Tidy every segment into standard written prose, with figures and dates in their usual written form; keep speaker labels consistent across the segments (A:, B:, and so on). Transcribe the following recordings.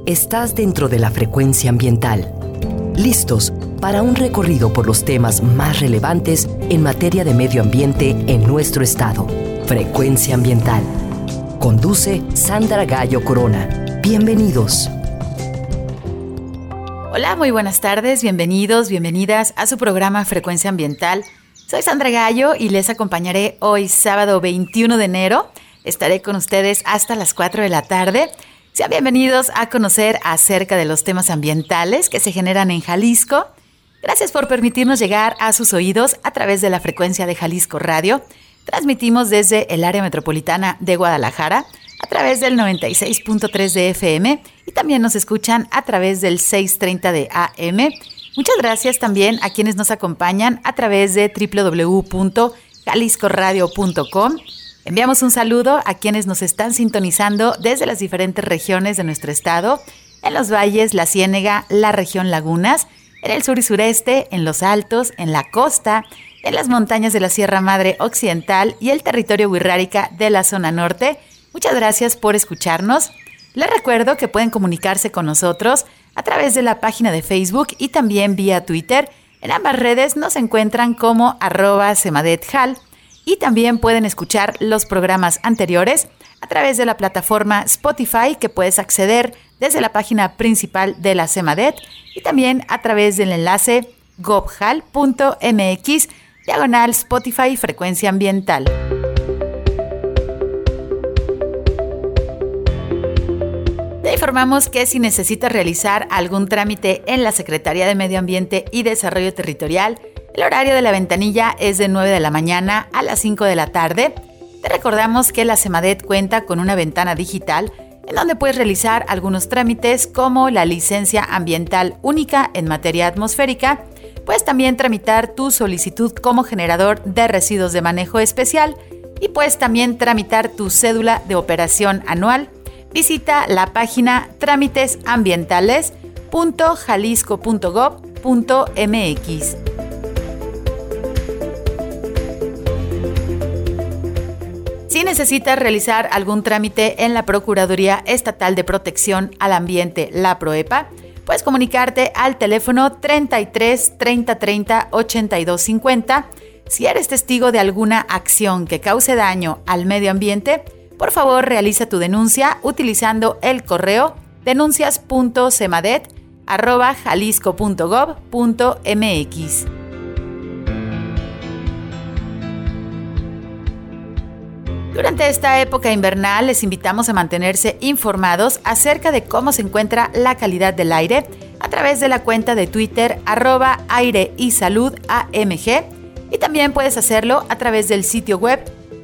A: Estás dentro de la frecuencia ambiental. Listos para un recorrido por los temas más relevantes en materia de medio ambiente en nuestro estado. Frecuencia ambiental. Conduce Sandra Gallo Corona. Bienvenidos.
B: Hola, muy buenas tardes, bienvenidos, bienvenidas a su programa Frecuencia Ambiental. Soy Sandra Gallo y les acompañaré hoy sábado 21 de enero. Estaré con ustedes hasta las 4 de la tarde. Sean bienvenidos a conocer acerca de los temas ambientales que se generan en Jalisco. Gracias por permitirnos llegar a sus oídos a través de la frecuencia de Jalisco Radio. Transmitimos desde el área metropolitana de Guadalajara a través del 96.3 de FM y también nos escuchan a través del 630 de AM. Muchas gracias también a quienes nos acompañan a través de www.jaliscoradio.com. Enviamos un saludo a quienes nos están sintonizando desde las diferentes regiones de nuestro estado, en los valles, la Ciénega, la región Lagunas, en el sur y sureste, en los altos, en la costa, en las montañas de la Sierra Madre Occidental y el territorio wixárika de la zona norte. Muchas gracias por escucharnos. Les recuerdo que pueden comunicarse con nosotros a través de la página de Facebook y también vía Twitter. En ambas redes nos encuentran como @semadethal. Y también pueden escuchar los programas anteriores a través de la plataforma Spotify, que puedes acceder desde la página principal de la Semadet y también a través del enlace gobjal.mx/Spotify Frecuencia Ambiental. Te informamos que si necesitas realizar algún trámite en la Secretaría de Medio Ambiente y Desarrollo Territorial, el horario de la ventanilla es de 9 de la mañana a las 5 de la tarde. Te recordamos que la Semadet cuenta con una ventana digital en donde puedes realizar algunos trámites como la licencia ambiental única en materia atmosférica. Puedes también tramitar tu solicitud como generador de residuos de manejo especial y puedes también tramitar tu cédula de operación anual. Visita la página trámitesambientales.jalisco.gov.mx. Si necesitas realizar algún trámite en la Procuraduría Estatal de Protección al Ambiente, la PROEPA, puedes comunicarte al teléfono 33 30 30 82 50. Si eres testigo de alguna acción que cause daño al medio ambiente, por favor realiza tu denuncia utilizando el correo denuncias.semadet@jalisco.gov.mx. Durante esta época invernal les invitamos a mantenerse informados acerca de cómo se encuentra la calidad del aire a través de la cuenta de Twitter @aireYsaludAMG y también puedes hacerlo a través del sitio web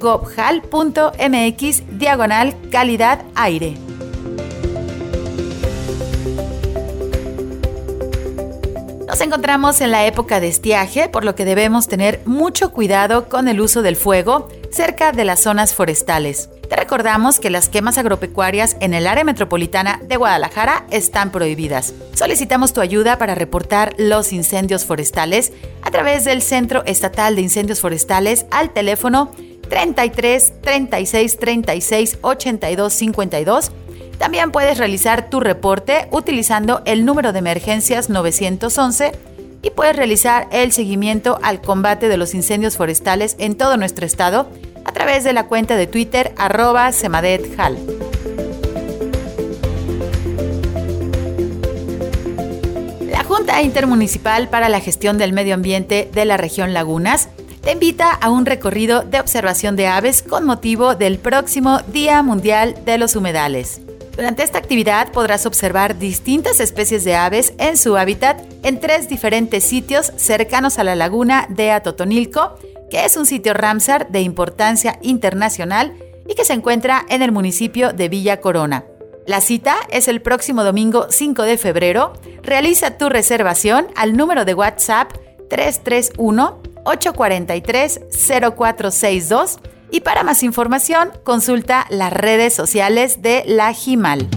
B: gobjal.mx/calidad aire. Nos encontramos en la época de estiaje, por lo que debemos tener mucho cuidado con el uso del fuego cerca de las zonas forestales. Te recordamos que las quemas agropecuarias en el área metropolitana de Guadalajara están prohibidas. Solicitamos tu ayuda para reportar los incendios forestales a través del Centro Estatal de Incendios Forestales al teléfono 33 36 36 82 52. También puedes realizar tu reporte utilizando el número de emergencias 911 y puedes realizar el seguimiento al combate de los incendios forestales en todo nuestro estado a través de la cuenta de Twitter @semadethal. La Junta Intermunicipal para la Gestión del Medio Ambiente de la región Lagunas te invita a un recorrido de observación de aves con motivo del próximo Día Mundial de los Humedales. Durante esta actividad podrás observar distintas especies de aves en su hábitat en 3 diferentes sitios cercanos a la laguna de Atotonilco, que es un sitio Ramsar de importancia internacional y que se encuentra en el municipio de Villa Corona. La cita es el próximo domingo 5 de febrero. Realiza tu reservación al número de WhatsApp 331-843-0462 y para más información consulta las redes sociales de la JIMAL.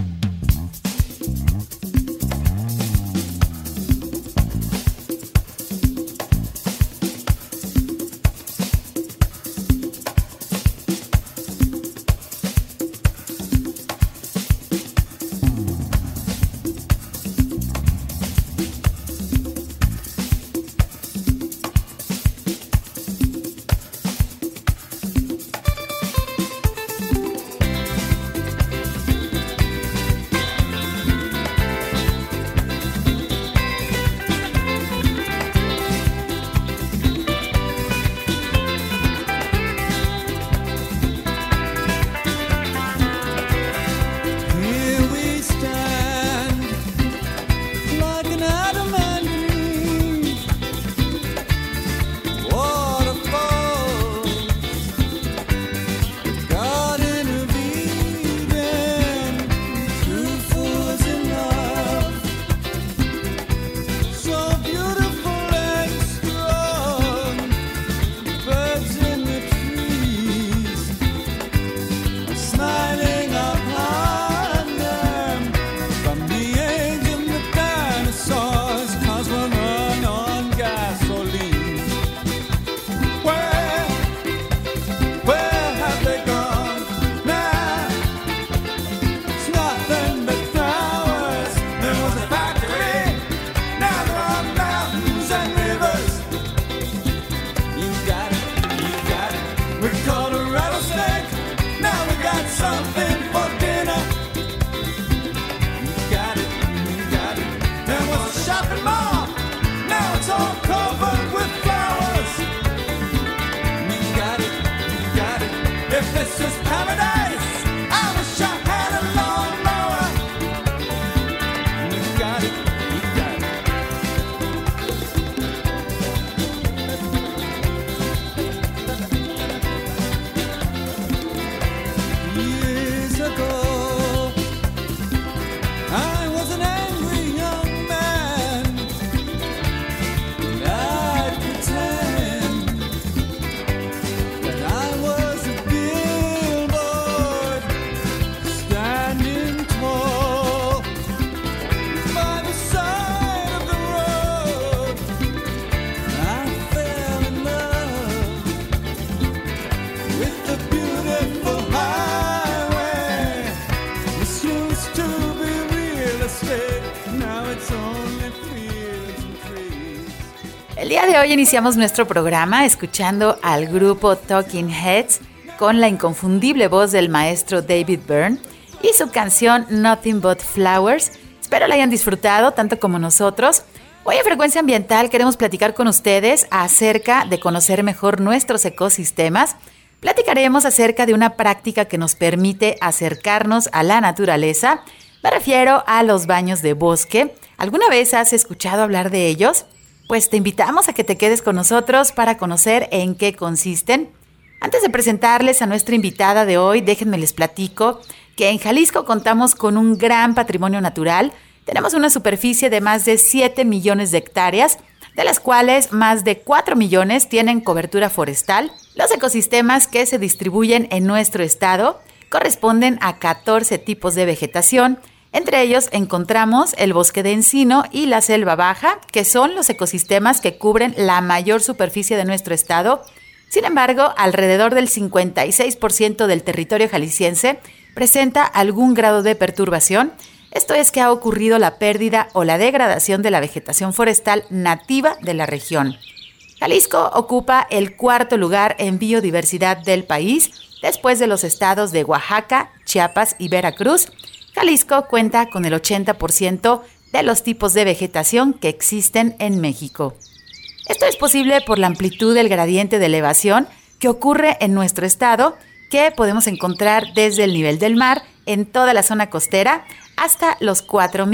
B: El día de hoy iniciamos nuestro programa escuchando al grupo Talking Heads con la inconfundible voz del maestro David Byrne y su canción Nothing But Flowers. Espero la hayan disfrutado tanto como nosotros. Hoy en Frecuencia Ambiental queremos platicar con ustedes acerca de conocer mejor nuestros ecosistemas. Platicaremos acerca de una práctica que nos permite acercarnos a la naturaleza. Me refiero a los baños de bosque. ¿Alguna vez has escuchado hablar de ellos? Pues te invitamos a que te quedes con nosotros para conocer en qué consisten. Antes de presentarles a nuestra invitada de hoy, déjenme les platico que en Jalisco contamos con un gran patrimonio natural. Tenemos una superficie de más de 7 millones de hectáreas, de las cuales más de 4 millones tienen cobertura forestal. Los ecosistemas que se distribuyen en nuestro estado corresponden a 14 tipos de vegetación. Entre ellos encontramos el bosque de encino y la selva baja, que son los ecosistemas que cubren la mayor superficie de nuestro estado. Sin embargo, alrededor del 56% del territorio jalisciense presenta algún grado de perturbación. Esto es que ha ocurrido la pérdida o la degradación de la vegetación forestal nativa de la región. Jalisco ocupa el cuarto lugar en biodiversidad del país, después de los estados de Oaxaca, Chiapas y Veracruz. Jalisco cuenta con el 80% de los tipos de vegetación que existen en México. Esto es posible por la amplitud del gradiente de elevación que ocurre en nuestro estado, que podemos encontrar desde el nivel del mar en toda la zona costera hasta los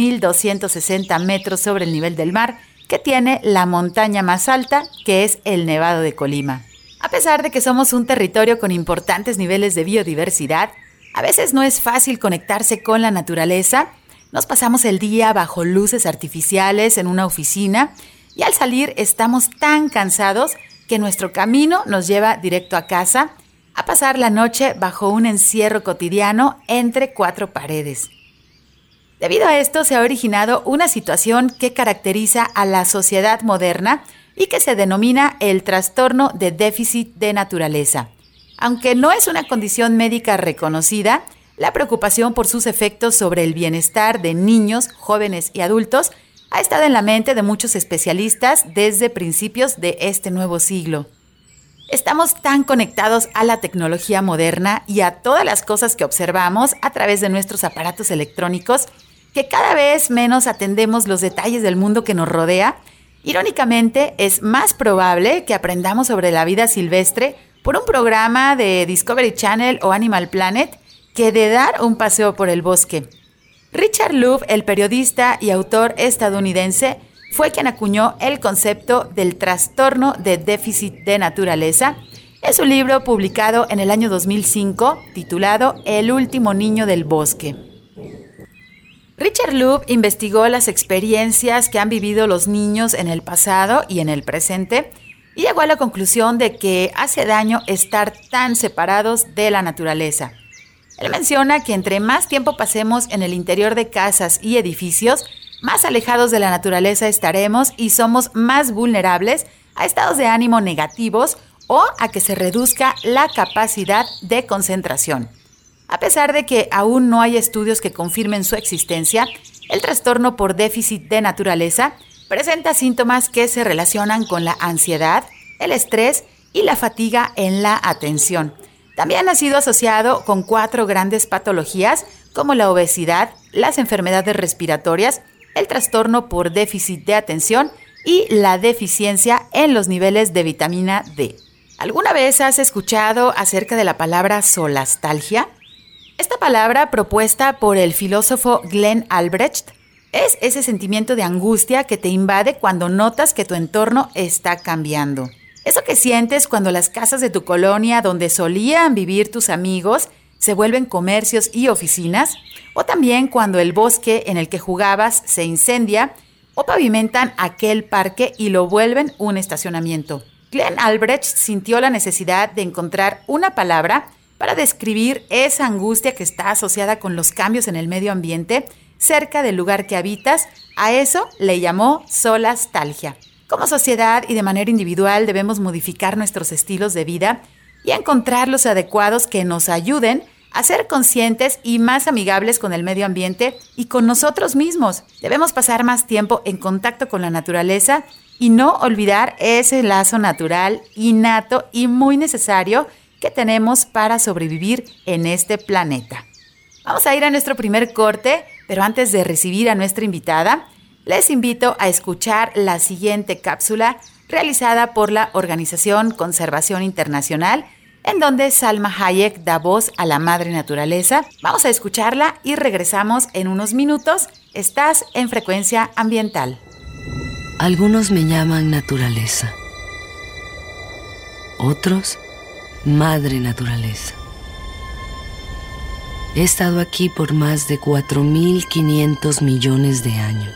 B: 4,260 metros sobre el nivel del mar, que tiene la montaña más alta, que es el Nevado de Colima. A pesar de que somos un territorio con importantes niveles de biodiversidad, a veces no es fácil conectarse con la naturaleza. Nos pasamos el día bajo luces artificiales en una oficina y al salir estamos tan cansados que nuestro camino nos lleva directo a casa, a pasar la noche bajo un encierro cotidiano entre 4 paredes. Debido a esto se ha originado una situación que caracteriza a la sociedad moderna y que se denomina el trastorno de déficit de naturaleza. Aunque no es una condición médica reconocida, la preocupación por sus efectos sobre el bienestar de niños, jóvenes y adultos ha estado en la mente de muchos especialistas desde principios de este nuevo siglo. Estamos tan conectados a la tecnología moderna y a todas las cosas que observamos a través de nuestros aparatos electrónicos que cada vez menos atendemos los detalles del mundo que nos rodea. Irónicamente, es más probable que aprendamos sobre la vida silvestre por un programa de Discovery Channel o Animal Planet que de dar un paseo por el bosque. Richard Louv, el periodista y autor estadounidense, fue quien acuñó el concepto del trastorno de déficit de naturaleza en su libro publicado en el año 2005, titulado El último niño del bosque. Richard Louv investigó las experiencias que han vivido los niños en el pasado y en el presente y llegó a la conclusión de que hace daño estar tan separados de la naturaleza. Él menciona que entre más tiempo pasemos en el interior de casas y edificios, más alejados de la naturaleza estaremos y somos más vulnerables a estados de ánimo negativos o a que se reduzca la capacidad de concentración. A pesar de que aún no hay estudios que confirmen su existencia, el trastorno por déficit de naturaleza presenta síntomas que se relacionan con la ansiedad, el estrés y la fatiga en la atención. También ha sido asociado con 4 grandes patologías como la obesidad, las enfermedades respiratorias, el trastorno por déficit de atención y la deficiencia en los niveles de vitamina D. ¿Alguna vez has escuchado acerca de la palabra solastalgia? Esta palabra, propuesta por el filósofo Glenn Albrecht, es ese sentimiento de angustia que te invade cuando notas que tu entorno está cambiando. Eso que sientes cuando las casas de tu colonia donde solían vivir tus amigos se vuelven comercios y oficinas, o también cuando el bosque en el que jugabas se incendia o pavimentan aquel parque y lo vuelven un estacionamiento. Glenn Albrecht sintió la necesidad de encontrar una palabra para describir esa angustia que está asociada con los cambios en el medio ambiente cerca del lugar que habitas. A eso le llamó solastalgia. Como sociedad y de manera individual debemos modificar nuestros estilos de vida y encontrar los adecuados que nos ayuden a ser conscientes y más amigables con el medio ambiente y con nosotros mismos. Debemos pasar más tiempo en contacto con la naturaleza y no olvidar ese lazo natural, innato y muy necesario que tenemos para sobrevivir en este planeta. Vamos a ir a nuestro primer corte, pero antes de recibir a nuestra invitada, les invito a escuchar la siguiente cápsula realizada por la Organización Conservación Internacional, en donde Salma Hayek da voz a la madre naturaleza. Vamos a escucharla y regresamos en unos minutos. Estás en Frecuencia Ambiental.
A: Algunos me llaman naturaleza, otros madre naturaleza. He estado aquí por más de 4.500 millones de años,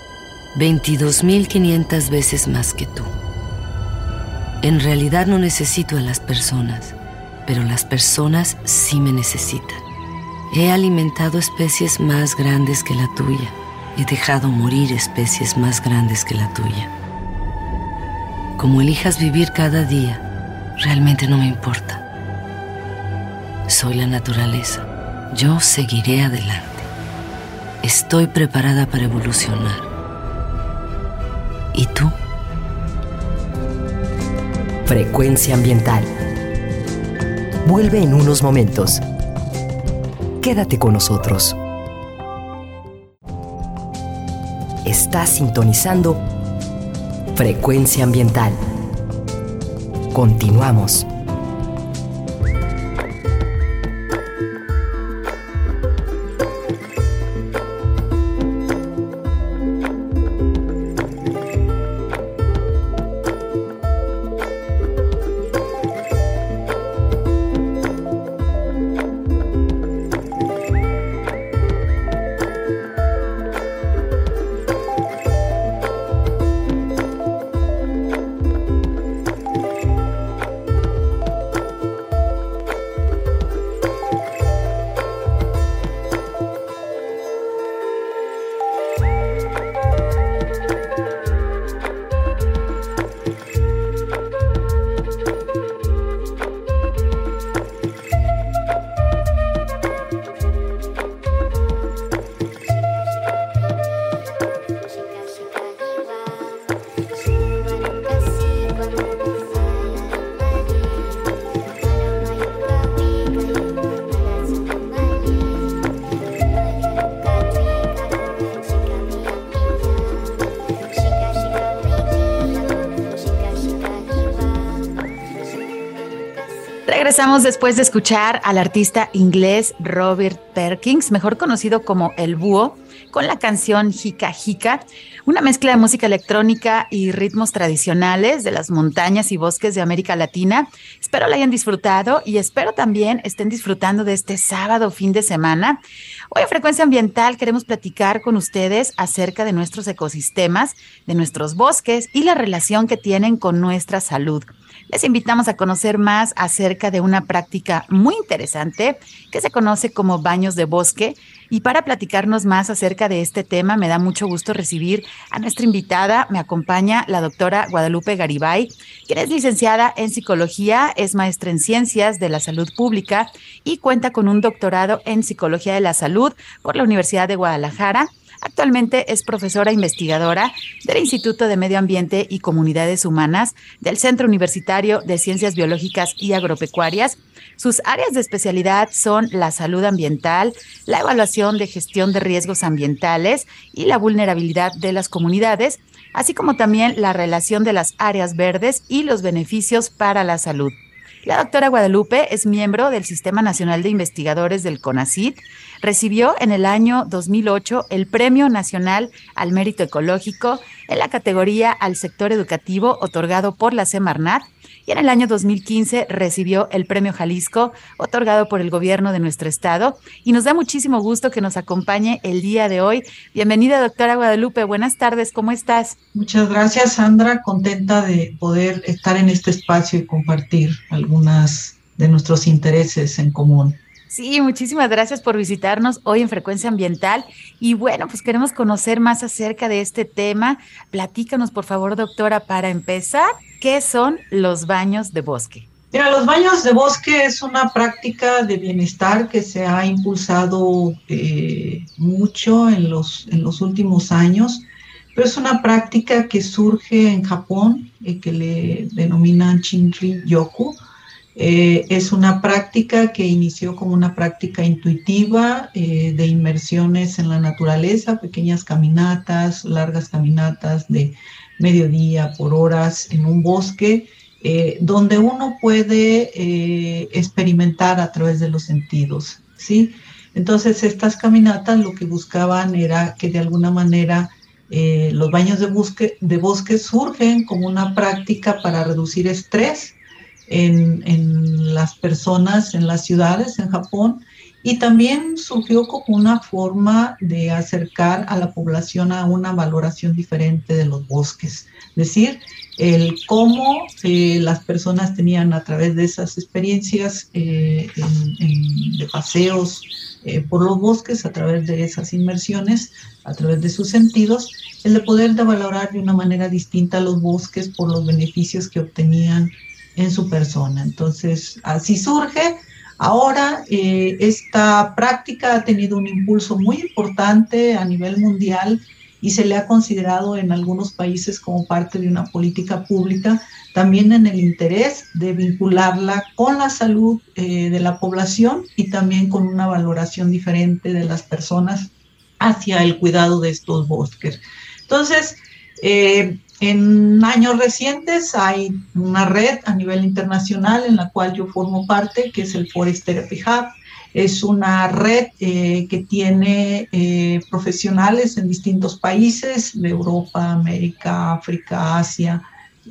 A: 22.500 veces más que tú. En realidad no necesito a las personas, pero las personas sí me necesitan. He alimentado especies más grandes que la tuya. He dejado morir especies más grandes que la tuya. Como elijas vivir cada día, realmente no me importa. Soy la naturaleza. Yo seguiré adelante. Estoy preparada para evolucionar. ¿Y tú? Frecuencia Ambiental. Vuelve en unos momentos. Quédate con nosotros. Estás sintonizando Frecuencia Ambiental. Continuamos.
B: Regresamos después de escuchar al artista inglés Robert Perkins, mejor conocido como El Búho, con la canción Hika Hika, una mezcla de música electrónica y ritmos tradicionales de las montañas y bosques de América Latina. Espero la hayan disfrutado y espero también estén disfrutando de este sábado fin de semana. Hoy en Frecuencia Ambiental queremos platicar con ustedes acerca de nuestros ecosistemas, de nuestros bosques y la relación que tienen con nuestra salud. Les invitamos a conocer más acerca de una práctica muy interesante que se conoce como baños de bosque. Y para platicarnos más acerca de este tema, me da mucho gusto recibir a nuestra invitada. Me acompaña la doctora Guadalupe Garibay, quien es licenciada en psicología, es maestra en ciencias de la salud pública y cuenta con un doctorado en psicología de la salud por la Universidad de Guadalajara. Actualmente es profesora investigadora del Instituto de Medio Ambiente y Comunidades Humanas del Centro Universitario de Ciencias Biológicas y Agropecuarias. Sus áreas de especialidad son la salud ambiental, la evaluación de gestión de riesgos ambientales y la vulnerabilidad de las comunidades, así como también la relación de las áreas verdes y los beneficios para la salud. La doctora Guadalupe es miembro del Sistema Nacional de Investigadores del CONACYT. Recibió en el año 2008 el Premio Nacional al Mérito Ecológico en la categoría al sector educativo otorgado por la Semarnat y en el año 2015 recibió el Premio Jalisco otorgado por el gobierno de nuestro estado y nos da muchísimo gusto que nos acompañe el día de hoy. Bienvenida, doctora Guadalupe. Buenas tardes, ¿cómo estás?
C: Muchas gracias, Sandra. Contenta de poder estar en este espacio y compartir algunas de nuestros intereses en común.
B: Sí, muchísimas gracias por visitarnos hoy en Frecuencia Ambiental. Y bueno, pues queremos conocer más acerca de este tema. Platícanos, por favor, doctora, para empezar, ¿qué son los baños de bosque?
C: Mira, los baños de bosque es una práctica de bienestar que se ha impulsado mucho en los últimos años, pero es una práctica que surge en Japón, que le denominan Shinrin-yoku. Es una práctica que inició como una práctica intuitiva de inmersiones en la naturaleza, pequeñas caminatas, largas caminatas de mediodía por horas en un bosque, donde uno puede experimentar a través de los sentidos, ¿sí? Entonces, estas caminatas lo que buscaban era que de alguna manera los baños de bosque surgen como una práctica para reducir estrés en las personas, en las ciudades, en Japón, y también surgió como una forma de acercar a la población a una valoración diferente de los bosques. Es decir, el cómo las personas tenían a través de esas experiencias de paseos por los bosques, a través de esas inmersiones, a través de sus sentidos, el de poder de valorar de una manera distinta los bosques por los beneficios que obtenían en su persona. Entonces, así surge. Ahora, esta práctica ha tenido un impulso muy importante a nivel mundial y se le ha considerado en algunos países como parte de una política pública, también en el interés de vincularla con la salud de la población y también con una valoración diferente de las personas hacia el cuidado de estos bosques. Entonces, en años recientes hay una red a nivel internacional en la cual yo formo parte, que es el Forest Therapy Hub. Es una red que tiene profesionales en distintos países de Europa, América, África, Asia,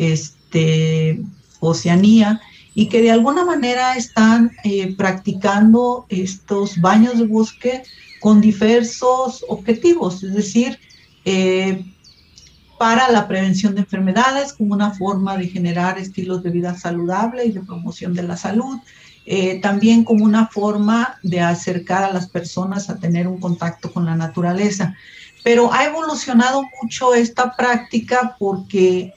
C: Oceanía, y que de alguna manera están practicando estos baños de bosque con diversos objetivos, es decir, para la prevención de enfermedades como una forma de generar estilos de vida saludable y de promoción de la salud, también como una forma de acercar a las personas a tener un contacto con la naturaleza. Pero ha evolucionado mucho esta práctica porque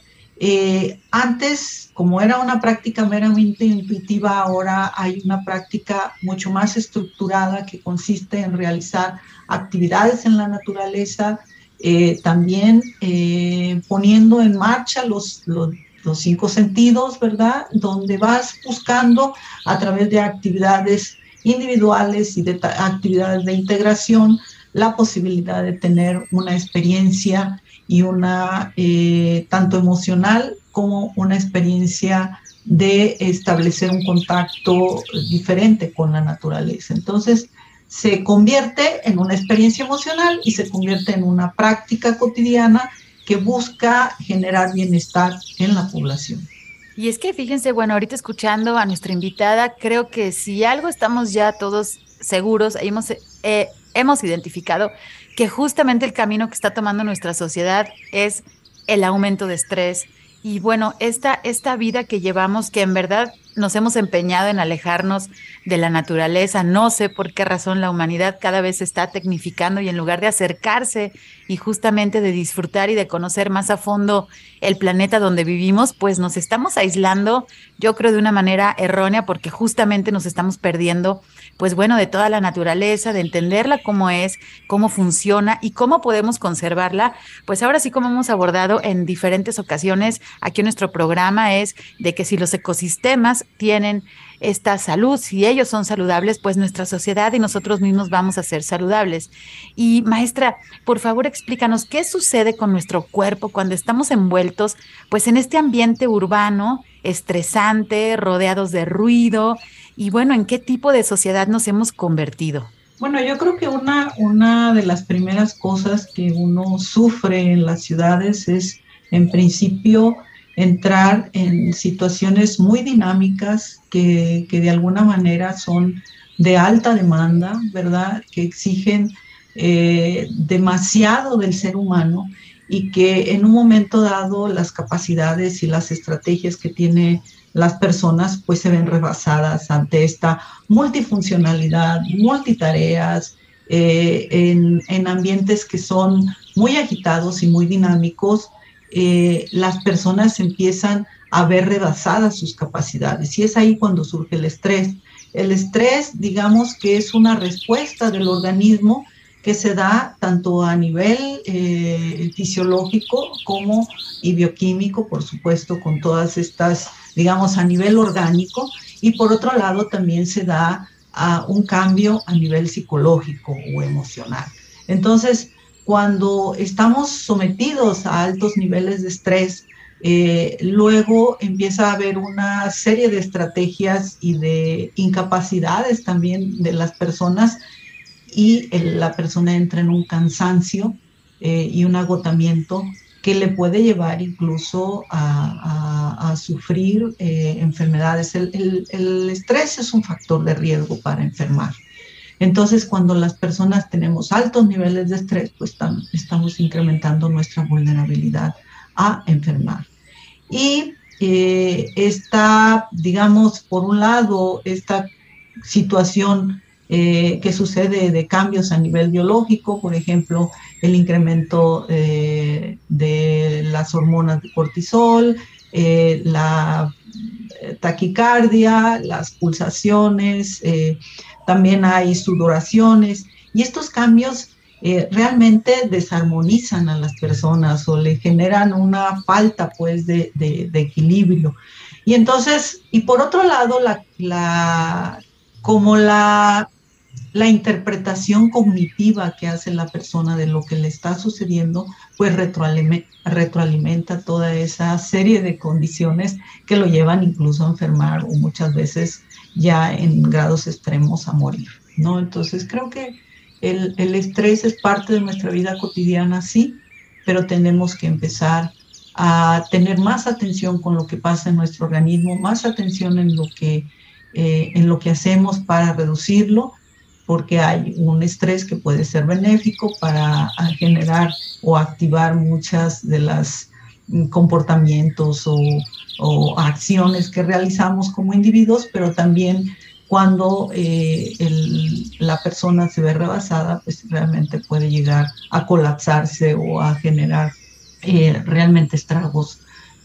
C: antes, como era una práctica meramente intuitiva, ahora hay una práctica mucho más estructurada que consiste en realizar actividades en la naturaleza, también poniendo en marcha los 5 sentidos, ¿verdad? Donde vas buscando a través de actividades individuales y de actividades de integración la posibilidad de tener una experiencia y una tanto emocional como una experiencia de establecer un contacto diferente con la naturaleza. Entonces, se convierte en una experiencia emocional y se convierte en una práctica cotidiana que busca generar bienestar en la población.
B: Y es que fíjense, bueno, ahorita escuchando a nuestra invitada, creo que si algo estamos ya todos seguros, hemos identificado que justamente el camino que está tomando nuestra sociedad es el aumento de estrés. Y bueno, esta vida que llevamos, que en verdad nos hemos empeñado en alejarnos de la naturaleza, no sé por qué razón la humanidad cada vez se está tecnificando y en lugar de acercarse y justamente de disfrutar y de conocer más a fondo el planeta donde vivimos, pues nos estamos aislando, yo creo de una manera errónea porque justamente nos estamos perdiendo, pues bueno, de toda la naturaleza, de entenderla cómo es, cómo funciona y cómo podemos conservarla. Pues ahora sí, como hemos abordado en diferentes ocasiones aquí en nuestro programa, es de que si los ecosistemas tienen esta salud, si ellos son saludables, pues nuestra sociedad y nosotros mismos vamos a ser saludables. Y maestra, por favor explícanos qué sucede con nuestro cuerpo cuando estamos envueltos pues en este ambiente urbano, estresante, rodeados de ruido y bueno, ¿en qué tipo de sociedad nos hemos convertido?
C: Bueno, yo creo que una de las primeras cosas que uno sufre en las ciudades es, en principio, entrar en situaciones muy dinámicas que de alguna manera son de alta demanda, ¿verdad? Que exigen demasiado del ser humano y que en un momento dado las capacidades y las estrategias que tiene las personas pues se ven rebasadas ante esta multifuncionalidad, multitareas, en ambientes que son muy agitados y muy dinámicos. Las personas empiezan a ver rebasadas sus capacidades. Y es ahí cuando surge el estrés. El estrés, digamos que es una respuesta del organismo que se da tanto a nivel fisiológico como y bioquímico, por supuesto, con todas estas, digamos, a nivel orgánico, y por otro lado también se da a un cambio a nivel psicológico o emocional. Entonces, cuando estamos sometidos a altos niveles de estrés, luego empieza a haber una serie de estrategias y de incapacidades también de las personas, y la persona entra en un cansancio y un agotamiento que le puede llevar incluso a sufrir enfermedades. El estrés es un factor de riesgo para enfermar. Entonces, cuando las personas tenemos altos niveles de estrés, pues estamos incrementando nuestra vulnerabilidad a enfermar. Y esta, digamos, por un lado, esta situación que sucede de cambios a nivel biológico, por ejemplo, el incremento de las hormonas de cortisol, la taquicardia, las pulsaciones, también hay sudoraciones, y estos cambios realmente desarmonizan a las personas o le generan una falta, pues, de equilibrio. Y entonces, y por otro lado, como la interpretación cognitiva que hace la persona de lo que le está sucediendo, pues retroalimenta toda esa serie de condiciones que lo llevan incluso a enfermar, o muchas veces ya en grados extremos a morir, ¿no? Entonces creo que el estrés es parte de nuestra vida cotidiana, sí, pero tenemos que empezar a tener más atención con lo que pasa en nuestro organismo, más atención en lo que hacemos para reducirlo, porque hay un estrés que puede ser benéfico para generar o activar muchas de las comportamientos o acciones que realizamos como individuos, pero también cuando la persona se ve rebasada, pues realmente puede llegar a colapsarse o a generar realmente estragos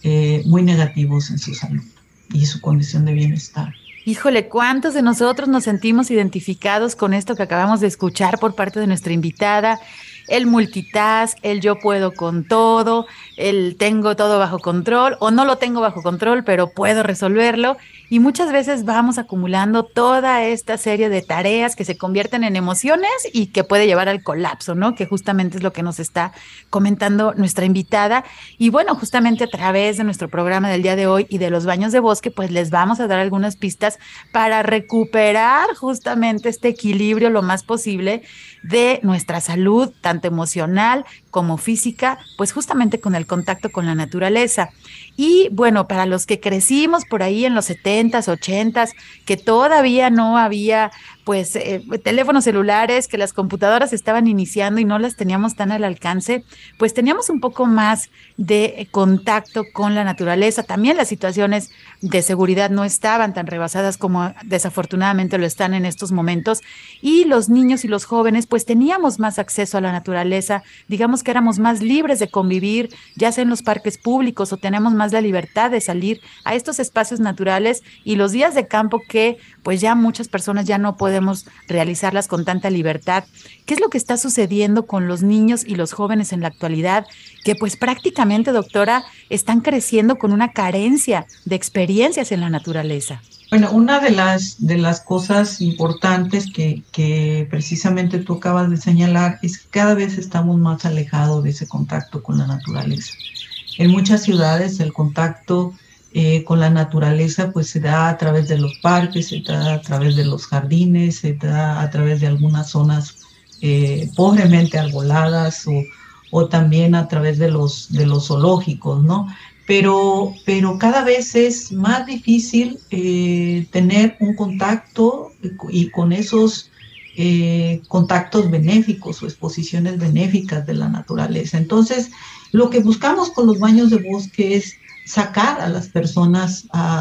C: muy negativos en su salud y su condición de bienestar.
B: Híjole, ¿cuántos de nosotros nos sentimos identificados con esto que acabamos de escuchar por parte de nuestra invitada? El multitask, el yo puedo con todo, el tengo todo bajo control o no lo tengo bajo control, pero puedo resolverlo. Y muchas veces vamos acumulando toda esta serie de tareas que se convierten en emociones y que puede llevar al colapso, ¿no? Que justamente es lo que nos está comentando nuestra invitada. Y bueno, justamente a través de nuestro programa del día de hoy y de los baños de bosque, pues les vamos a dar algunas pistas para recuperar justamente este equilibrio lo más posible de nuestra salud, tanto emocional como física, pues justamente con el contacto con la naturaleza. Y bueno, para los que crecimos por ahí en los 70s, 80s, que todavía no había pues teléfonos celulares, que las computadoras estaban iniciando y no las teníamos tan al alcance, pues teníamos un poco más de contacto con la naturaleza. También las situaciones de seguridad no estaban tan rebasadas como desafortunadamente lo están en estos momentos, y los niños y los jóvenes pues teníamos más acceso a la naturaleza, digamos que éramos más libres de convivir, ya sea en los parques públicos, o tenemos más la libertad de salir a estos espacios naturales, y los días de campo que pues ya muchas personas ya no podemos realizarlas con tanta libertad. ¿Qué es lo que está sucediendo con los niños y los jóvenes en la actualidad? Que pues prácticamente, doctora, están creciendo con una carencia de experiencias en la naturaleza.
C: Bueno, una de las cosas importantes que precisamente tú acabas de señalar es que cada vez estamos más alejados de ese contacto con la naturaleza. En muchas ciudades el contacto con la naturaleza pues se da a través de los parques, se da a través de los jardines, se da a través de algunas zonas pobremente arboladas, o también a través de los zoológicos, ¿no? Pero cada vez es más difícil tener un contacto y con esos contactos benéficos o exposiciones benéficas de la naturaleza. Entonces, lo que buscamos con los baños de bosque es sacar a las personas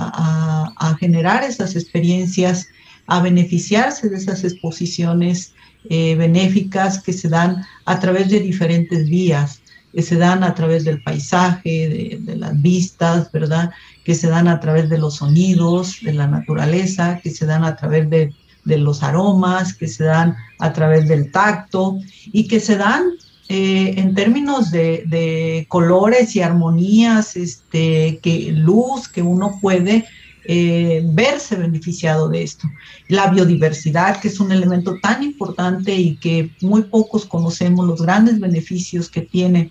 C: a generar esas experiencias, a beneficiarse de esas exposiciones benéficas que se dan a través de diferentes vías. que se dan a través del paisaje, de las vistas, ¿verdad? Que se dan a través de los sonidos de la naturaleza, que se dan a través de los aromas, que se dan a través del tacto y que se dan en términos de colores y armonías, que luz, que uno puede verse beneficiado de esto. La biodiversidad, que es un elemento tan importante y que muy pocos conocemos, los grandes beneficios que tiene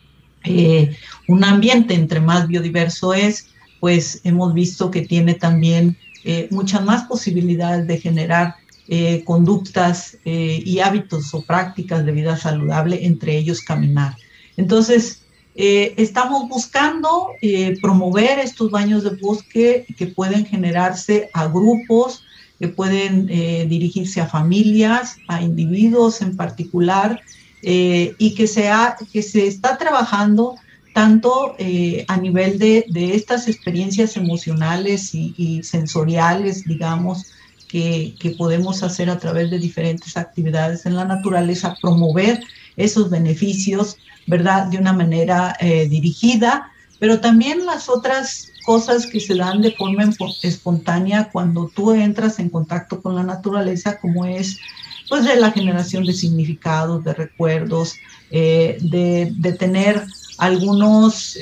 C: un ambiente. Entre más biodiverso es, pues hemos visto que tiene también muchas más posibilidades de generar conductas y hábitos o prácticas de vida saludable, entre ellos caminar. Entonces, estamos buscando promover estos baños de bosque que pueden generarse a grupos, que pueden dirigirse a familias, a individuos en particular, y que se está trabajando tanto a nivel de estas experiencias emocionales y sensoriales, digamos, que podemos hacer a través de diferentes actividades en la naturaleza, promover esos beneficios, ¿verdad? De una manera dirigida, pero también las otras cosas que se dan de forma espontánea cuando tú entras en contacto con la naturaleza, como es pues de la generación de significados, de recuerdos, de tener algunos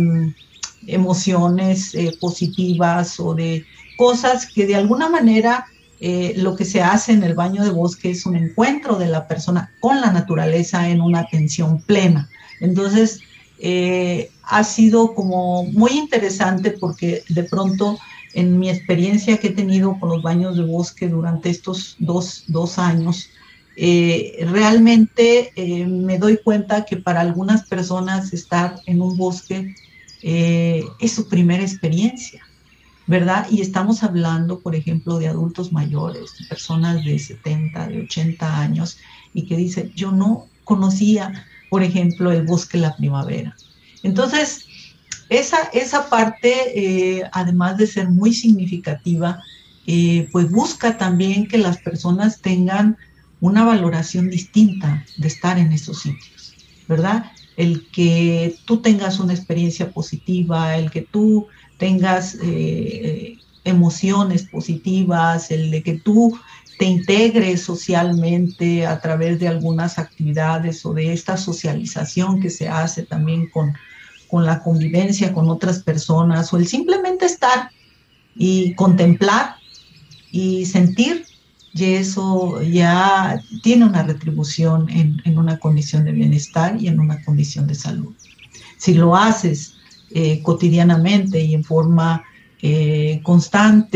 C: emociones positivas o de cosas que de alguna manera lo que se hace en el baño de bosque es un encuentro de la persona con la naturaleza en una atención plena. Entonces, ha sido como muy interesante porque de pronto en mi experiencia que he tenido con los baños de bosque durante estos dos años, realmente me doy cuenta que para algunas personas estar en un bosque es su primera experiencia, ¿verdad? Y estamos hablando, por ejemplo, de adultos mayores, de personas de 70, de 80 años, y que dicen, yo no conocía, por ejemplo, el bosque La Primavera. Entonces, esa parte, además de ser muy significativa, pues busca también que las personas tengan una valoración distinta de estar en esos sitios, ¿verdad? El que tú tengas una experiencia positiva, el que tú tengas emociones positivas, el de que tú te integres socialmente a través de algunas actividades o de esta socialización que se hace también con la convivencia con otras personas, o el simplemente estar y contemplar y sentir, y eso ya tiene una retribución en una condición de bienestar y en una condición de salud. Si lo haces cotidianamente y en forma constante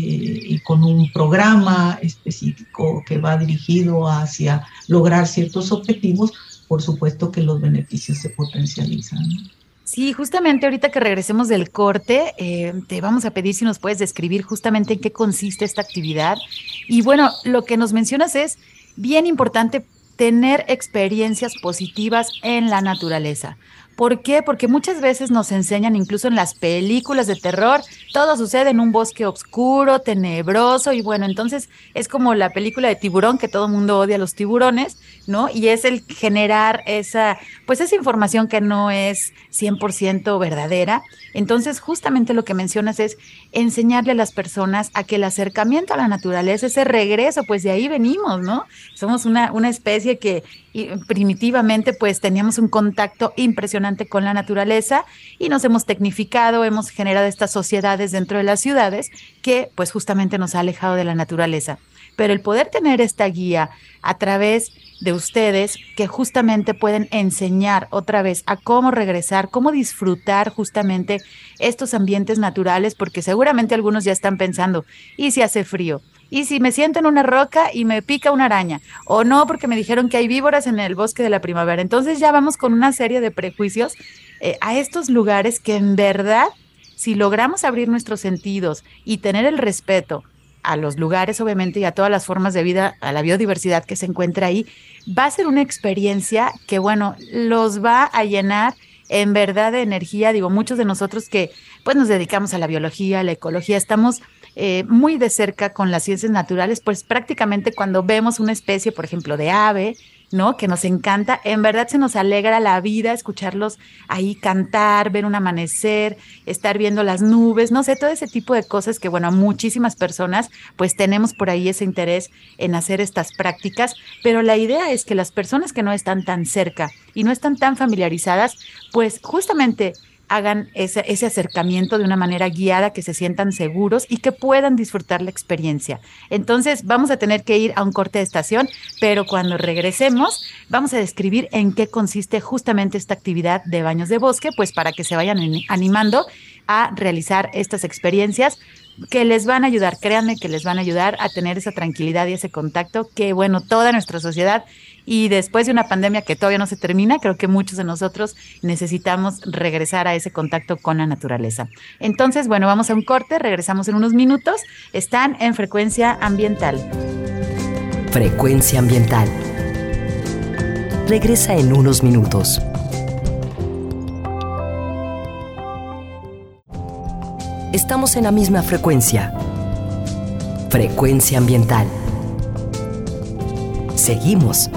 C: y con un programa específico que va dirigido hacia lograr ciertos objetivos, por supuesto que los beneficios se potencializan, ¿no?
B: Sí, justamente ahorita que regresemos del corte, te vamos a pedir si nos puedes describir justamente en qué consiste esta actividad. Y bueno, lo que nos mencionas es bien importante tener experiencias positivas en la naturaleza. ¿Por qué? Porque muchas veces nos enseñan, incluso en las películas de terror, todo sucede en un bosque oscuro, tenebroso, y bueno, entonces es como la película de Tiburón, que todo el mundo odia a los tiburones, ¿no? Y es el generar pues esa información que no es 100% verdadera. Entonces, justamente lo que mencionas es enseñarle a las personas a que el acercamiento a la naturaleza, ese regreso, pues de ahí venimos, ¿no? Somos una especie que primitivamente pues teníamos un contacto impresionante con la naturaleza y nos hemos tecnificado, hemos generado estas sociedades dentro de las ciudades que pues justamente nos ha alejado de la naturaleza. Pero el poder tener esta guía a través de ustedes que justamente pueden enseñar otra vez a cómo regresar, cómo disfrutar justamente estos ambientes naturales, porque seguramente algunos ya están pensando, ¿y si hace frío? ¿Y si me siento en una roca y me pica una araña? O no, porque me dijeron que hay víboras en el bosque de la primavera. Entonces ya vamos con una serie de prejuicios a estos lugares que en verdad, si logramos abrir nuestros sentidos y tener el respeto a los lugares, obviamente, y a todas las formas de vida, a la biodiversidad que se encuentra ahí, va a ser una experiencia que, bueno, los va a llenar en verdad de energía. Digo, muchos de nosotros que pues nos dedicamos a la biología, a la ecología, estamos muy de cerca con las ciencias naturales, pues prácticamente cuando vemos una especie, por ejemplo, de ave, ¿no? Que nos encanta. En verdad se nos alegra la vida escucharlos ahí cantar, ver un amanecer, estar viendo las nubes, no sé, todo ese tipo de cosas que, bueno, a muchísimas personas pues tenemos por ahí ese interés en hacer estas prácticas, pero la idea es que las personas que no están tan cerca y no están tan familiarizadas, pues justamente hagan ese acercamiento de una manera guiada, que se sientan seguros y que puedan disfrutar la experiencia. Entonces vamos a tener que ir a un corte de estación, pero cuando regresemos vamos a describir en qué consiste justamente esta actividad de baños de bosque, pues para que se vayan animando a realizar estas experiencias que les van a ayudar, créanme que les van a ayudar a tener esa tranquilidad y ese contacto que, bueno, toda nuestra sociedad y después de una pandemia que todavía no se termina, creo que muchos de nosotros necesitamos regresar a ese contacto con la naturaleza. Entonces, bueno, vamos a un corte, regresamos en unos minutos. Están en Frecuencia Ambiental.
A: Frecuencia Ambiental. Regresa en unos minutos. Estamos en la misma frecuencia. Frecuencia Ambiental. Seguimos.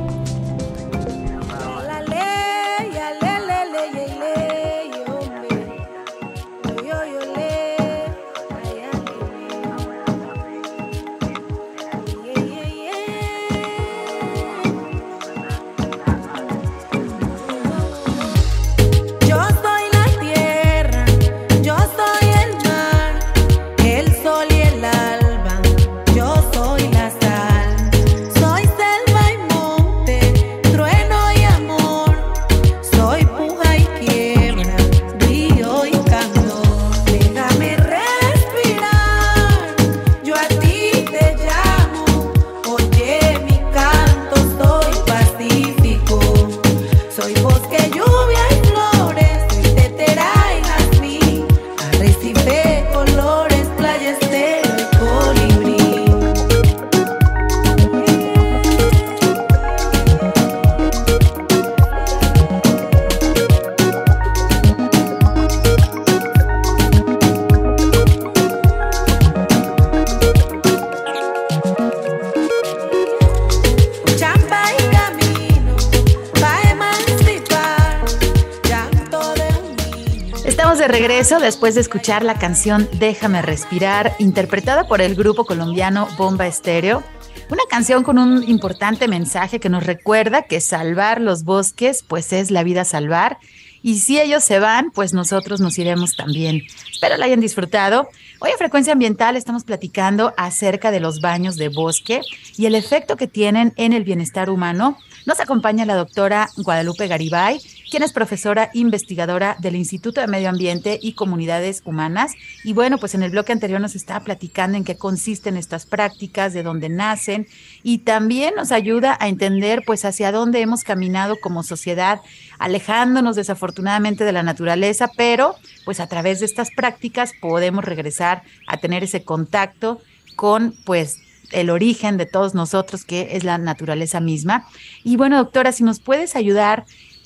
B: De regreso después de escuchar la canción Déjame Respirar, interpretada por el grupo colombiano Bomba Estéreo. Una canción con un importante mensaje que nos recuerda que salvar los bosques pues es la vida salvar, y si ellos se van, pues nosotros nos iremos también. Espero la hayan disfrutado. Hoy en Frecuencia Ambiental estamos platicando acerca de los baños de bosque y el efecto que tienen en el bienestar humano. Nos acompaña la doctora Guadalupe Garibay, quien es profesora investigadora del Instituto de Medio Ambiente y Comunidades Humanas. Y bueno, pues en el bloque anterior nos estaba platicando en qué consisten estas prácticas, de dónde nacen, y también nos ayuda a entender pues hacia dónde hemos caminado como sociedad, alejándonos desafortunadamente de la naturaleza, pero pues a través de estas prácticas podemos regresar a tener ese contacto con pues el origen de todos nosotros, que es la naturaleza misma. Y bueno, doctora, si nos puedes ayudar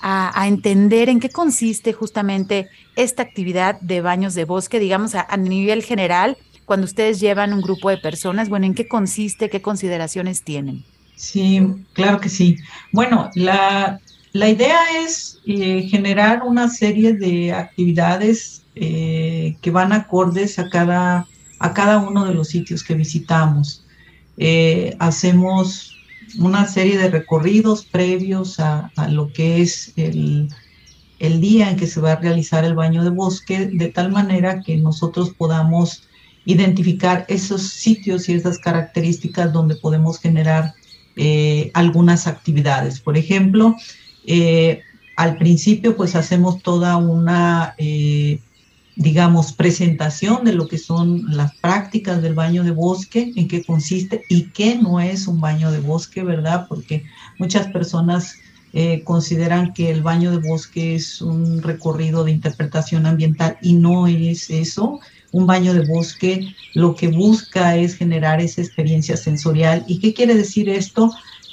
B: a entender en qué consiste justamente esta actividad de baños de bosque, digamos a nivel general, cuando ustedes llevan un grupo de personas, bueno, ¿en qué consiste? ¿Qué consideraciones tienen?
C: Sí, claro que sí. Bueno, la idea es generar una serie de actividades que van acordes a cada uno de los sitios que visitamos. Hacemos una serie de recorridos previos a lo que es el día en que se va a realizar el baño de bosque, de tal manera que nosotros podamos identificar esos sitios y esas características donde podemos generar algunas actividades. Por ejemplo, al principio pues hacemos toda una digamos, presentación de lo que son las prácticas del baño de bosque, en qué consiste y qué no es un baño de bosque, ¿verdad? Porque muchas personas consideran que el baño de bosque es un recorrido de interpretación ambiental y no es eso. Un baño de bosque lo que busca es generar esa experiencia sensorial. ¿Y qué quiere decir esto?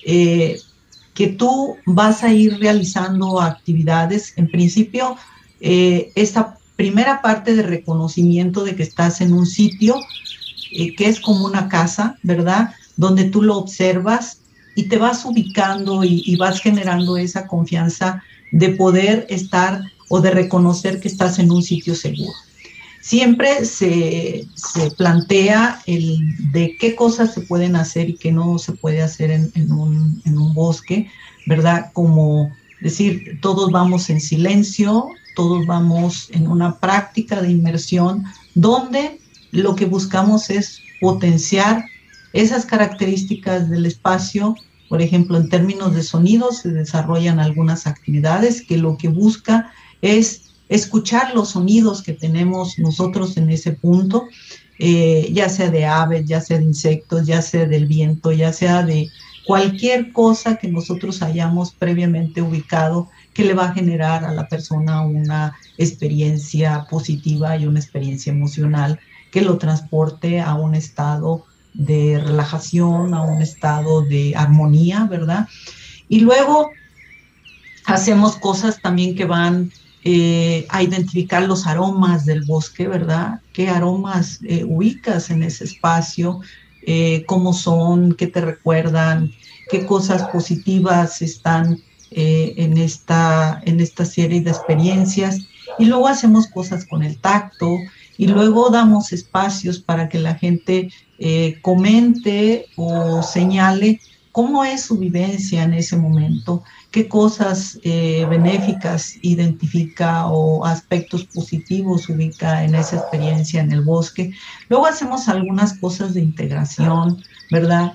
C: Que tú vas a ir realizando actividades, en principio, esta primera parte de reconocimiento de que estás en un sitio que es como una casa, ¿verdad? Donde tú lo observas y te vas ubicando y vas generando esa confianza de poder estar o de reconocer que estás en un sitio seguro. Siempre se plantea el de qué cosas se pueden hacer y qué no se puede hacer en un bosque, ¿verdad? Como decir, todos vamos en silencio, todos vamos en una práctica de inmersión donde lo que buscamos es potenciar esas características del espacio. Por ejemplo, en términos de sonidos se desarrollan algunas actividades que lo que busca es escuchar los sonidos que tenemos nosotros en ese punto, ya sea de aves, ya sea de insectos, ya sea del viento, ya sea de cualquier cosa que nosotros hayamos previamente ubicado que le va a generar a la persona una experiencia positiva y una experiencia emocional que lo transporte a un estado de relajación, a un estado de armonía, ¿verdad? Y luego hacemos cosas también que van a identificar los aromas del bosque, ¿verdad? ¿Qué aromas ubicas en ese espacio? ¿Cómo son? ¿Qué te recuerdan? ¿Qué cosas positivas están en esta serie de experiencias? Y luego hacemos cosas con el tacto y luego damos espacios para que la gente comente o señale cómo es su vivencia en ese momento, qué cosas benéficas identifica o aspectos positivos ubica en esa experiencia en el bosque. Luego hacemos algunas cosas de integración, ¿verdad?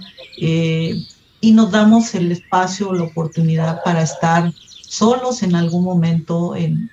C: Y nos damos el espacio, la oportunidad para estar solos en algún momento,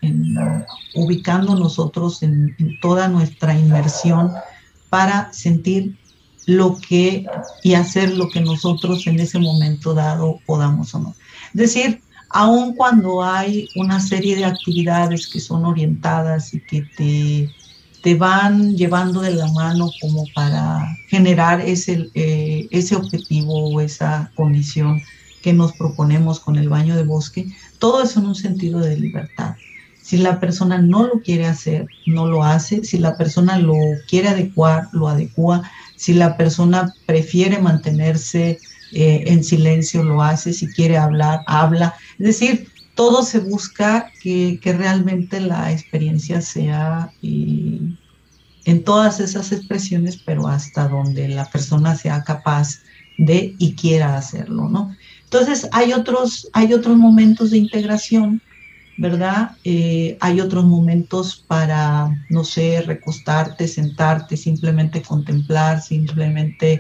C: ubicando nosotros en toda nuestra inmersión para sentir lo que y hacer lo que nosotros en ese momento dado podamos o no. Es decir, aun cuando hay una serie de actividades que son orientadas y que te van llevando de la mano como para generar ese objetivo o esa condición que nos proponemos con el baño de bosque, todo es en un sentido de libertad. Si la persona no lo quiere hacer, no lo hace. Si la persona lo quiere adecuar, lo adecua. Si la persona prefiere mantenerse en silencio, lo hace. Si quiere hablar, habla. Es decir, todo se busca que realmente la experiencia sea en todas esas expresiones, pero hasta donde la persona sea capaz de y quiera hacerlo, ¿no? Entonces, hay otros momentos de integración, ¿verdad? Hay otros momentos para, no sé, recostarte, sentarte, simplemente contemplar, simplemente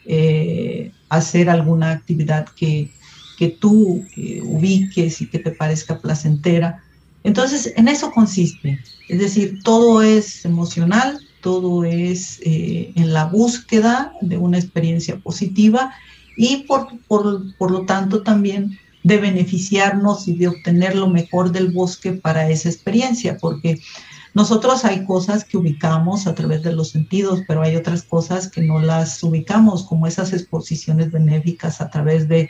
C: hacer alguna actividad que tú ubiques y que te parezca placentera. Entonces, en eso consiste. Es decir, todo es emocional, todo es en la búsqueda de una experiencia positiva y por lo tanto también de beneficiarnos y de obtener lo mejor del bosque para esa experiencia, porque nosotros hay cosas que ubicamos a través de los sentidos, pero hay otras cosas que no las ubicamos, como esas exposiciones benéficas a través de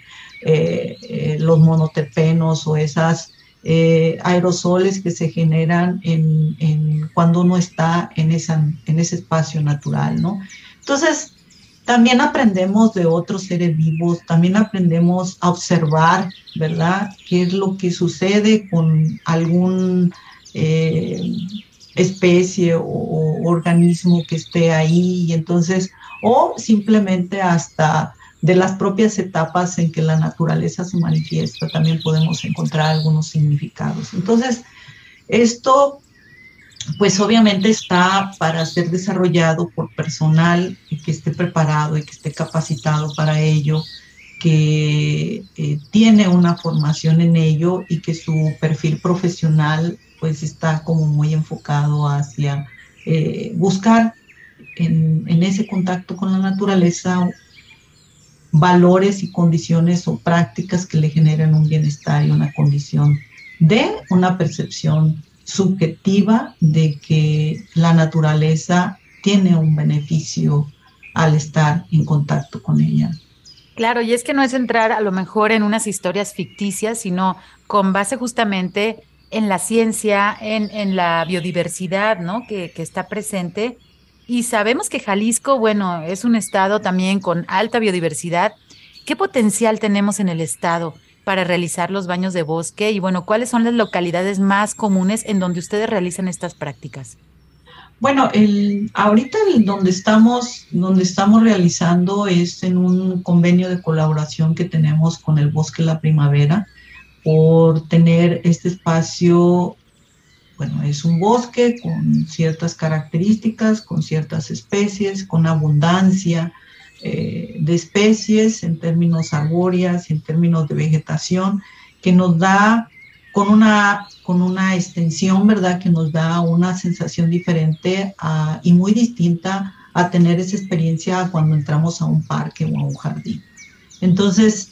C: los monoterpenos o esas aerosoles que se generan cuando uno está en ese espacio natural, ¿no? Entonces, también aprendemos de otros seres vivos, también aprendemos a observar, ¿verdad? ¿Qué es lo que sucede con algún especie o organismo que esté ahí? Y entonces, o simplemente hasta de las propias etapas en que la naturaleza se manifiesta, también podemos encontrar algunos significados. Entonces, esto pues obviamente está para ser desarrollado por personal que esté preparado y que esté capacitado para ello, que tiene una formación en ello y que su perfil profesional pues está como muy enfocado hacia buscar en ese contacto con la naturaleza valores y condiciones o prácticas que le generen un bienestar y una condición de una percepción subjetiva de que la naturaleza tiene un beneficio al estar en contacto con ella.
B: Claro, y es que no es entrar a lo mejor en unas historias ficticias, sino con base justamente en la ciencia, en la biodiversidad, ¿no? Que está presente. Y sabemos que Jalisco, bueno, es un estado también con alta biodiversidad ¿Qué potencial tenemos en el estado para realizar los baños de bosque? Y bueno, ¿cuáles son las localidades más comunes en donde ustedes realizan estas prácticas?
C: Bueno, ahorita donde estamos realizando es en un convenio de colaboración que tenemos con el Bosque La Primavera por tener este espacio. Bueno, es un bosque con ciertas características, con ciertas especies, con abundancia de especies en términos arbóreas y en términos de vegetación, que nos da con una extensión, ¿verdad? Que nos da una sensación diferente y muy distinta a tener esa experiencia cuando entramos a un parque o a un jardín. Entonces,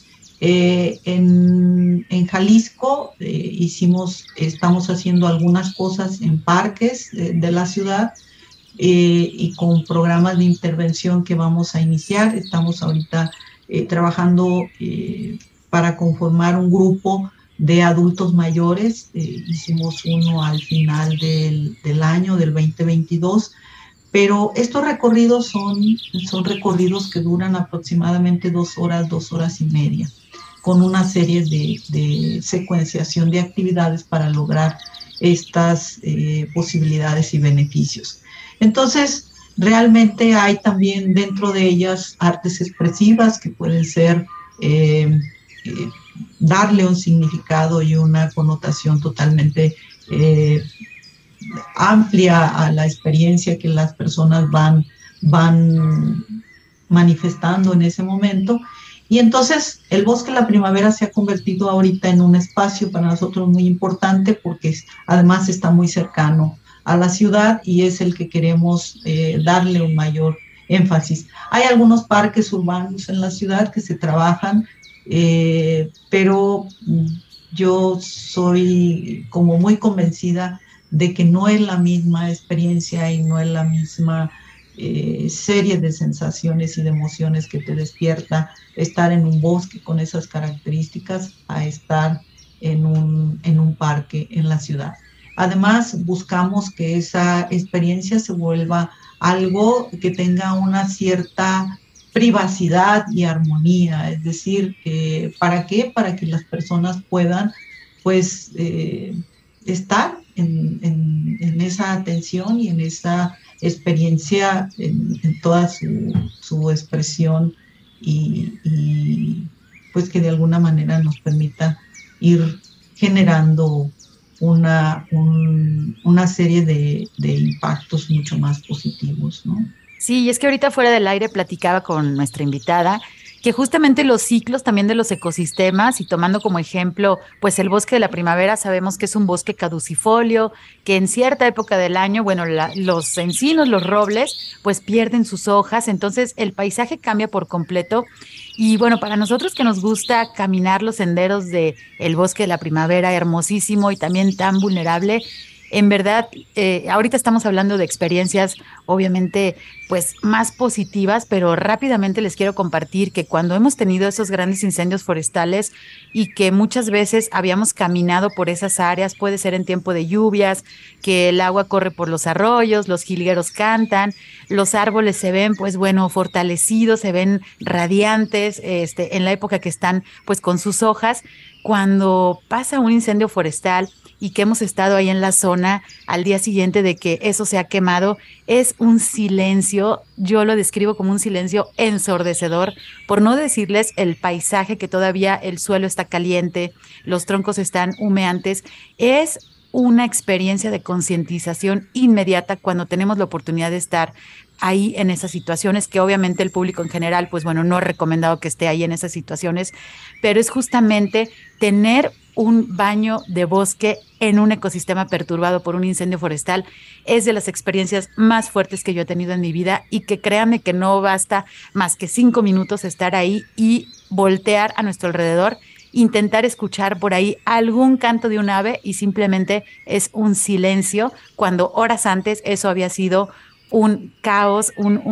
C: en Jalisco estamos haciendo algunas cosas en parques de la ciudad y con programas de intervención que vamos a iniciar. Estamos ahorita trabajando para conformar un grupo de adultos mayores. Hicimos uno al final del año, del 2022. Pero estos recorridos son recorridos que duran aproximadamente 2 horas y media, con una serie de secuenciación de actividades para lograr estas posibilidades y beneficios. Entonces, realmente hay también dentro de ellas artes expresivas que pueden ser darle un significado y una connotación totalmente amplia a la experiencia que las personas van manifestando en ese momento. Y entonces el Bosque La Primavera se ha convertido ahorita en un espacio para nosotros muy importante porque además está muy cercano a la ciudad y es el que queremos darle un mayor énfasis. Hay algunos parques urbanos en la ciudad que se trabajan, pero yo soy como muy convencida de que no es la misma experiencia y no es la misma serie de sensaciones y de emociones que te despierta estar en un bosque con esas características a estar en un parque en la ciudad. Además, buscamos que esa experiencia se vuelva algo que tenga una cierta privacidad y armonía, es decir, ¿para qué? Para que las personas puedan, pues, estar en esa atención y en esa experiencia en toda su expresión y pues que de alguna manera nos permita ir generando una serie de impactos mucho más positivos, ¿no?
B: Sí, y es que ahorita fuera del aire platicaba con nuestra invitada que justamente los ciclos también de los ecosistemas y tomando como ejemplo, pues el bosque de la primavera, sabemos que es un bosque caducifolio, que en cierta época del año, bueno, los encinos, los robles, pues pierden sus hojas, entonces el paisaje cambia por completo. Y bueno, para nosotros que nos gusta caminar los senderos de el bosque de la primavera, hermosísimo y también tan vulnerable, en verdad, ahorita estamos hablando de experiencias, obviamente, pues más positivas, pero rápidamente les quiero compartir que cuando hemos tenido esos grandes incendios forestales y que muchas veces habíamos caminado por esas áreas, puede ser en tiempo de lluvias, que el agua corre por los arroyos, los jilgueros cantan, los árboles se ven, pues bueno, fortalecidos, se ven radiantes, en la época que están, pues con sus hojas. Cuando pasa un incendio forestal y que hemos estado ahí en la zona al día siguiente de que eso se ha quemado, es un silencio, yo lo describo como un silencio ensordecedor, por no decirles el paisaje que todavía el suelo está caliente, los troncos están humeantes, es una experiencia de concientización inmediata cuando tenemos la oportunidad de estar ahí en esas situaciones, que obviamente el público en general, pues bueno, no he recomendado que esté ahí en esas situaciones, pero es justamente tener un baño de bosque en un ecosistema perturbado por un incendio forestal es de las experiencias más fuertes que yo he tenido en mi vida y que créanme que no basta más que 5 minutos estar ahí y voltear a nuestro alrededor, intentar escuchar por ahí algún canto de un ave y simplemente es un silencio cuando horas antes eso había sido un caos,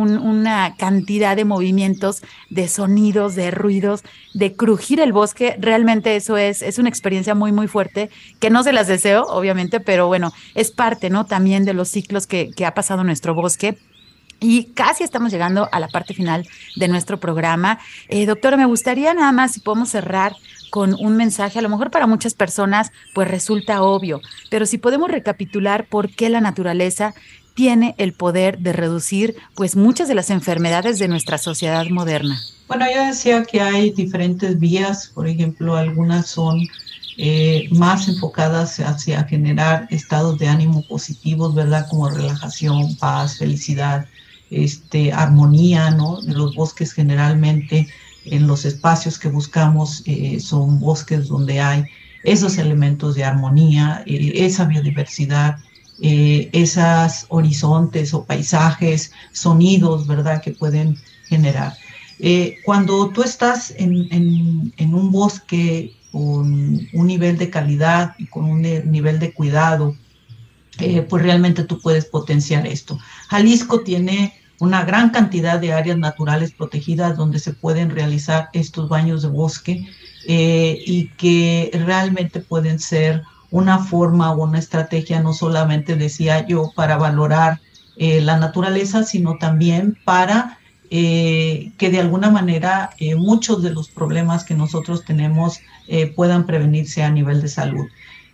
B: una cantidad de movimientos, de sonidos, de ruidos, de crujir el bosque. Realmente eso es una experiencia muy, muy fuerte, que no se las deseo, obviamente, pero bueno, es parte, ¿no? También de los ciclos que ha pasado nuestro bosque. Y casi estamos llegando a la parte final de nuestro programa. Doctora, me gustaría nada más si podemos cerrar con un mensaje, a lo mejor para muchas personas pues resulta obvio, pero si podemos recapitular por qué la naturaleza tiene el poder de reducir pues muchas de las enfermedades de nuestra sociedad moderna.
C: Bueno, yo decía que hay diferentes vías, por ejemplo, algunas son más enfocadas hacia generar estados de ánimo positivos, ¿verdad? Como relajación, paz, felicidad, armonía, ¿no? Los bosques generalmente, en los espacios que buscamos, son bosques donde hay esos elementos de armonía, esa biodiversidad, esos horizontes o paisajes, sonidos, ¿verdad? Que pueden generar. Cuando tú estás en un bosque con un nivel de calidad y con un nivel de cuidado, pues realmente tú puedes potenciar esto. Jalisco tiene una gran cantidad de áreas naturales protegidas donde se pueden realizar estos baños de bosque y que realmente pueden ser una forma o una estrategia, no solamente, decía yo, para valorar la naturaleza, sino también para que de alguna manera muchos de los problemas que nosotros tenemos puedan prevenirse a nivel de salud.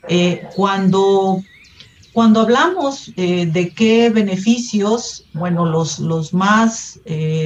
C: Cuando hablamos de qué beneficios, bueno, los más,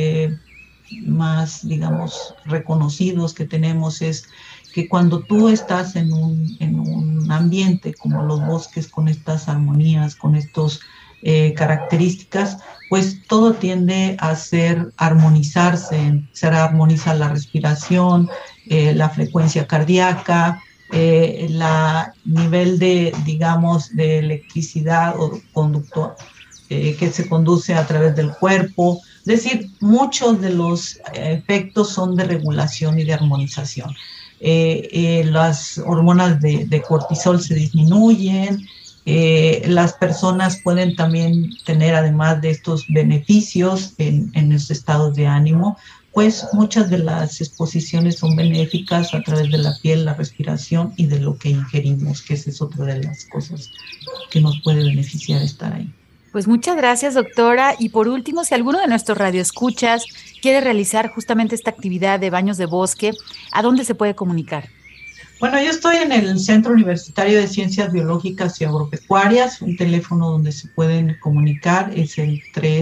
C: digamos, reconocidos que tenemos es que cuando tú estás en un ambiente como los bosques, con estas armonías, con estas características, pues todo tiende a armonizarse, se armoniza la respiración, la frecuencia cardíaca, la nivel de, digamos, de electricidad o conducto que se conduce a través del cuerpo. Es decir, muchos de los efectos son de regulación y de armonización. Las hormonas de cortisol se disminuyen, las personas pueden también tener, además de estos beneficios en los estados de ánimo, pues muchas de las exposiciones son benéficas a través de la piel, la respiración y de lo que ingerimos, que esa es otra de las cosas que nos puede beneficiar estar ahí.
B: Pues muchas gracias, doctora. Y por último, si alguno de nuestros radioescuchas quiere realizar justamente esta actividad de baños de bosque, ¿a dónde se puede comunicar?
C: Bueno, yo estoy en el Centro Universitario de Ciencias Biológicas y Agropecuarias. Un teléfono donde se pueden comunicar es el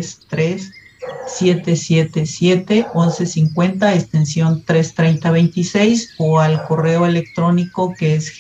C: 33-777-1150, extensión 33026, o al correo electrónico que es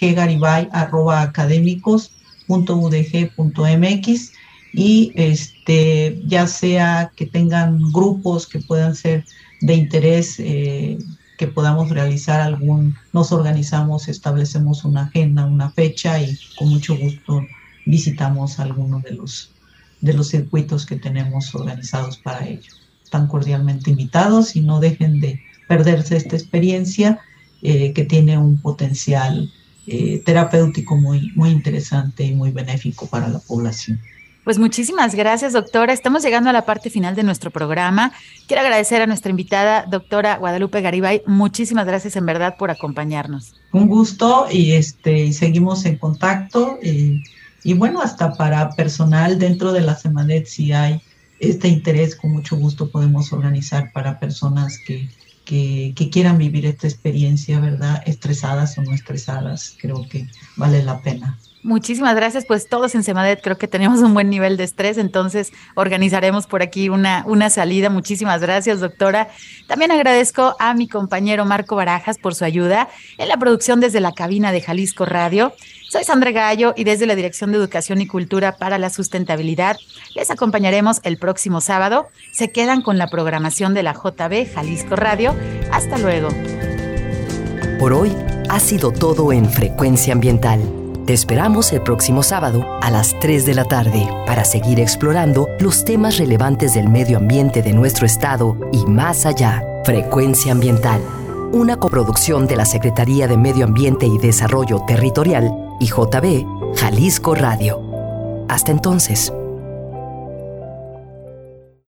C: ggaribay@academicos.udg.mx. Y ya sea que tengan grupos que puedan ser de interés, que podamos realizar nos organizamos, establecemos una agenda, una fecha, y con mucho gusto visitamos alguno de los circuitos que tenemos organizados para ello. Están cordialmente invitados y no dejen de perderse esta experiencia que tiene un potencial terapéutico muy, muy interesante y muy benéfico para la población.
B: Pues muchísimas gracias, doctora. Estamos llegando a la parte final de nuestro programa. Quiero agradecer a nuestra invitada, doctora Guadalupe Garibay. Muchísimas gracias en verdad por acompañarnos.
C: Un gusto y seguimos en contacto. Y bueno, hasta para personal dentro de la Semadet, si hay este interés, con mucho gusto podemos organizar para personas que quieran vivir esta experiencia, ¿verdad? Estresadas o no estresadas, creo que vale la pena.
B: Muchísimas gracias, pues todos en Semadet creo que tenemos un buen nivel de estrés, entonces organizaremos por aquí una salida. Muchísimas gracias, doctora. También agradezco a mi compañero Marco Barajas por su ayuda en la producción desde la cabina de Jalisco Radio. Soy Sandra Gallo y desde la Dirección de Educación y Cultura para la Sustentabilidad les acompañaremos el próximo sábado. Se quedan con la programación de la JB Jalisco Radio. Hasta luego.
A: Por hoy ha sido todo en Frecuencia Ambiental. Te esperamos el próximo sábado a las 3 de la tarde para seguir explorando los temas relevantes del medio ambiente de nuestro estado y más allá. Frecuencia Ambiental, una coproducción de la Secretaría de Medio Ambiente y Desarrollo Territorial y JB Jalisco Radio. Hasta entonces.